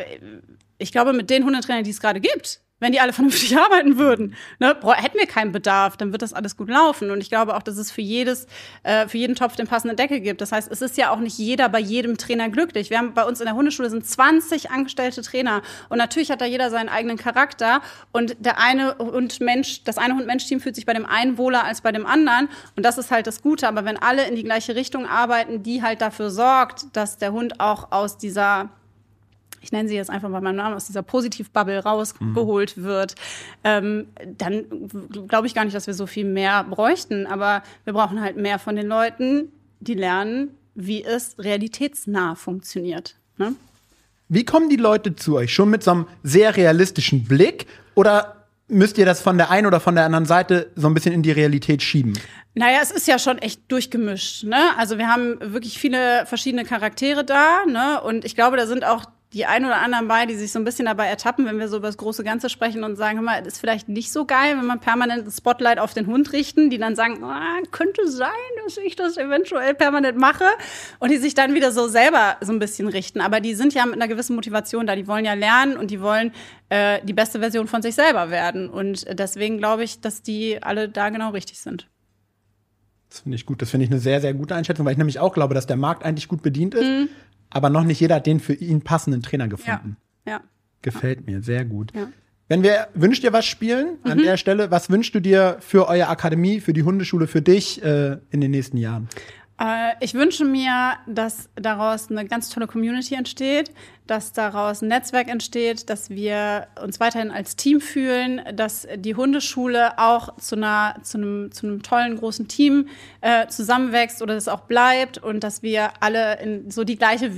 mit den Hundetrainern, die es gerade gibt, wenn die alle vernünftig arbeiten würden, ne, hätten wir keinen Bedarf, dann wird das alles gut laufen. Und ich glaube auch, dass es für jeden Topf den passenden Deckel gibt. Das heißt, es ist ja auch nicht jeder bei jedem Trainer glücklich. Wir haben bei uns in der Hundeschule sind 20 angestellte Trainer. Und natürlich hat da jeder seinen eigenen Charakter. Und das eine Hund-Mensch-Team fühlt sich bei dem einen wohler als bei dem anderen. Und das ist halt das Gute. Aber wenn alle in die gleiche Richtung arbeiten, die halt dafür sorgt, dass der Hund auch aus dieser, ich nenne sie jetzt einfach bei meinem Namen, aus dieser Positiv-Bubble rausgeholt wird, dann glaube ich gar nicht, dass wir so viel mehr bräuchten. Aber wir brauchen halt mehr von den Leuten, die lernen, wie es realitätsnah funktioniert. Ne? Wie kommen die Leute zu euch? Schon mit so einem sehr realistischen Blick? Oder müsst ihr das von der einen oder von der anderen Seite so ein bisschen in die Realität schieben? Naja, es ist ja schon echt durchgemischt, ne? Also wir haben wirklich viele verschiedene Charaktere da, ne? Und ich glaube, da sind auch die ein oder anderen bei, die sich so ein bisschen dabei ertappen, wenn wir so über das große Ganze sprechen und sagen, hör mal, das ist vielleicht nicht so geil, wenn man permanent das Spotlight auf den Hund richten, die dann sagen, könnte sein, dass ich das eventuell permanent mache und die sich dann wieder so selber so ein bisschen richten. Aber die sind ja mit einer gewissen Motivation da, die wollen ja lernen und die wollen die beste Version von sich selber werden. Und deswegen glaube ich, dass die alle da genau richtig sind. Das finde ich gut. Das finde ich eine sehr, sehr gute Einschätzung, weil ich nämlich auch glaube, dass der Markt eigentlich gut bedient ist. Aber noch nicht jeder hat den für ihn passenden Trainer gefunden. Ja. Gefällt mir, sehr gut. Ja. Wünschst dir was spielen an der Stelle? Was wünschst du dir für eure Akademie, für die Hundeschule, für dich in den nächsten Jahren? Ich wünsche mir, dass daraus eine ganz tolle Community entsteht, dass daraus ein Netzwerk entsteht, dass wir uns weiterhin als Team fühlen, dass die Hundeschule auch zu einem tollen großen Team zusammenwächst oder es auch bleibt und dass wir alle in so die gleiche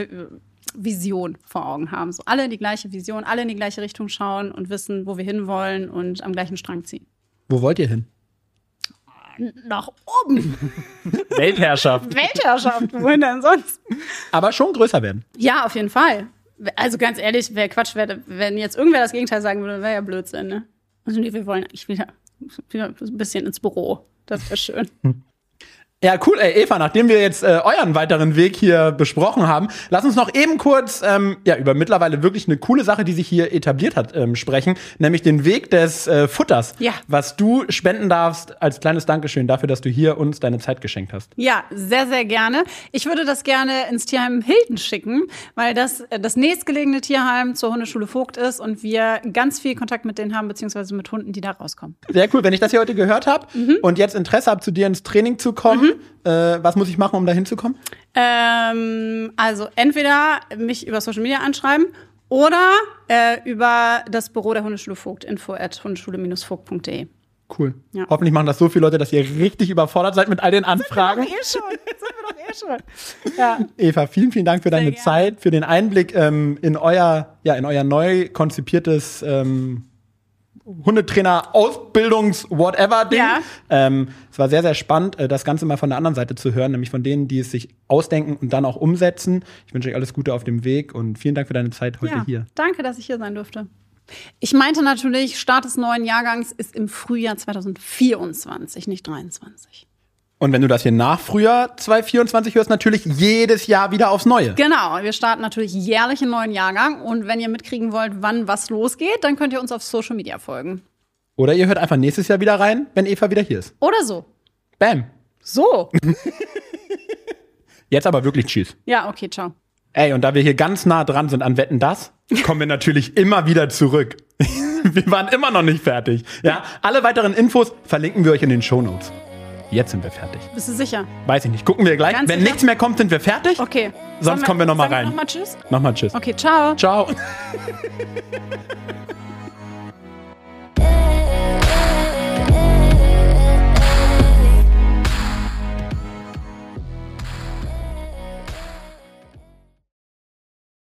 Vision vor Augen haben. So alle die gleiche Vision, alle in die gleiche Richtung schauen und wissen, wo wir hinwollen und am gleichen Strang ziehen. Wo wollt ihr hin? Nach oben. Weltherrschaft. Wohin denn sonst? Aber schon größer werden. Ja, auf jeden Fall. Also ganz ehrlich, wäre Quatsch, wenn jetzt irgendwer das Gegenteil sagen würde, wäre ja Blödsinn, ne? Also nee, wir wollen eigentlich wieder ein bisschen ins Büro. Das wäre schön. Ja, cool. Ey, Eva, nachdem wir jetzt euren weiteren Weg hier besprochen haben, lass uns noch eben kurz über mittlerweile wirklich eine coole Sache, die sich hier etabliert hat, sprechen, nämlich den Weg des Futters, was du spenden darfst als kleines Dankeschön dafür, dass du hier uns deine Zeit geschenkt hast. Ja, sehr, sehr gerne. Ich würde das gerne ins Tierheim Hilden schicken, weil das nächstgelegene Tierheim zur Hundeschule Vogt ist und wir ganz viel Kontakt mit denen haben, beziehungsweise mit Hunden, die da rauskommen. Sehr cool. Wenn ich das hier heute gehört habe und jetzt Interesse habe, zu dir ins Training zu kommen, was muss ich machen, um da hinzukommen? Also entweder mich über Social Media anschreiben oder über das Büro der Hundeschule Vogt, info@hundeschule-vogt.de. Cool. Ja. Hoffentlich machen das so viele Leute, dass ihr richtig überfordert seid mit all den Anfragen. Sind wir doch eh schon. Ja. Eva, vielen, vielen Dank für deine Zeit, für den Einblick in euer neu konzipiertes Hundetrainer, Ausbildungs-Whatever-Ding. Ja. Es war sehr, sehr spannend, das Ganze mal von der anderen Seite zu hören, nämlich von denen, die es sich ausdenken und dann auch umsetzen. Ich wünsche euch alles Gute auf dem Weg und vielen Dank für deine Zeit heute hier. Danke, dass ich hier sein durfte. Ich meinte natürlich, Start des neuen Jahrgangs ist im Frühjahr 2024, nicht 2023. Und wenn du das hier nach Frühjahr 2024 hörst, natürlich jedes Jahr wieder aufs Neue. Genau, wir starten natürlich jährlich einen neuen Jahrgang. Und wenn ihr mitkriegen wollt, wann was losgeht, dann könnt ihr uns auf Social Media folgen. Oder ihr hört einfach nächstes Jahr wieder rein, wenn Eva wieder hier ist. Oder so. Bam. So. Jetzt aber wirklich tschüss. Ja, okay, ciao. Ey, und da wir hier ganz nah dran sind an Wetten, das, kommen wir natürlich immer wieder zurück. Wir waren immer noch nicht fertig. Ja, alle weiteren Infos verlinken wir euch in den Shownotes. Jetzt sind wir fertig. Bist du sicher? Weiß ich nicht. Gucken wir gleich. Ganz Wenn sicher? nichts mehr kommt, sind wir fertig. Okay. Sonst kommen wir noch mal rein. Nochmal tschüss? Nochmal tschüss. Okay, ciao. Ciao.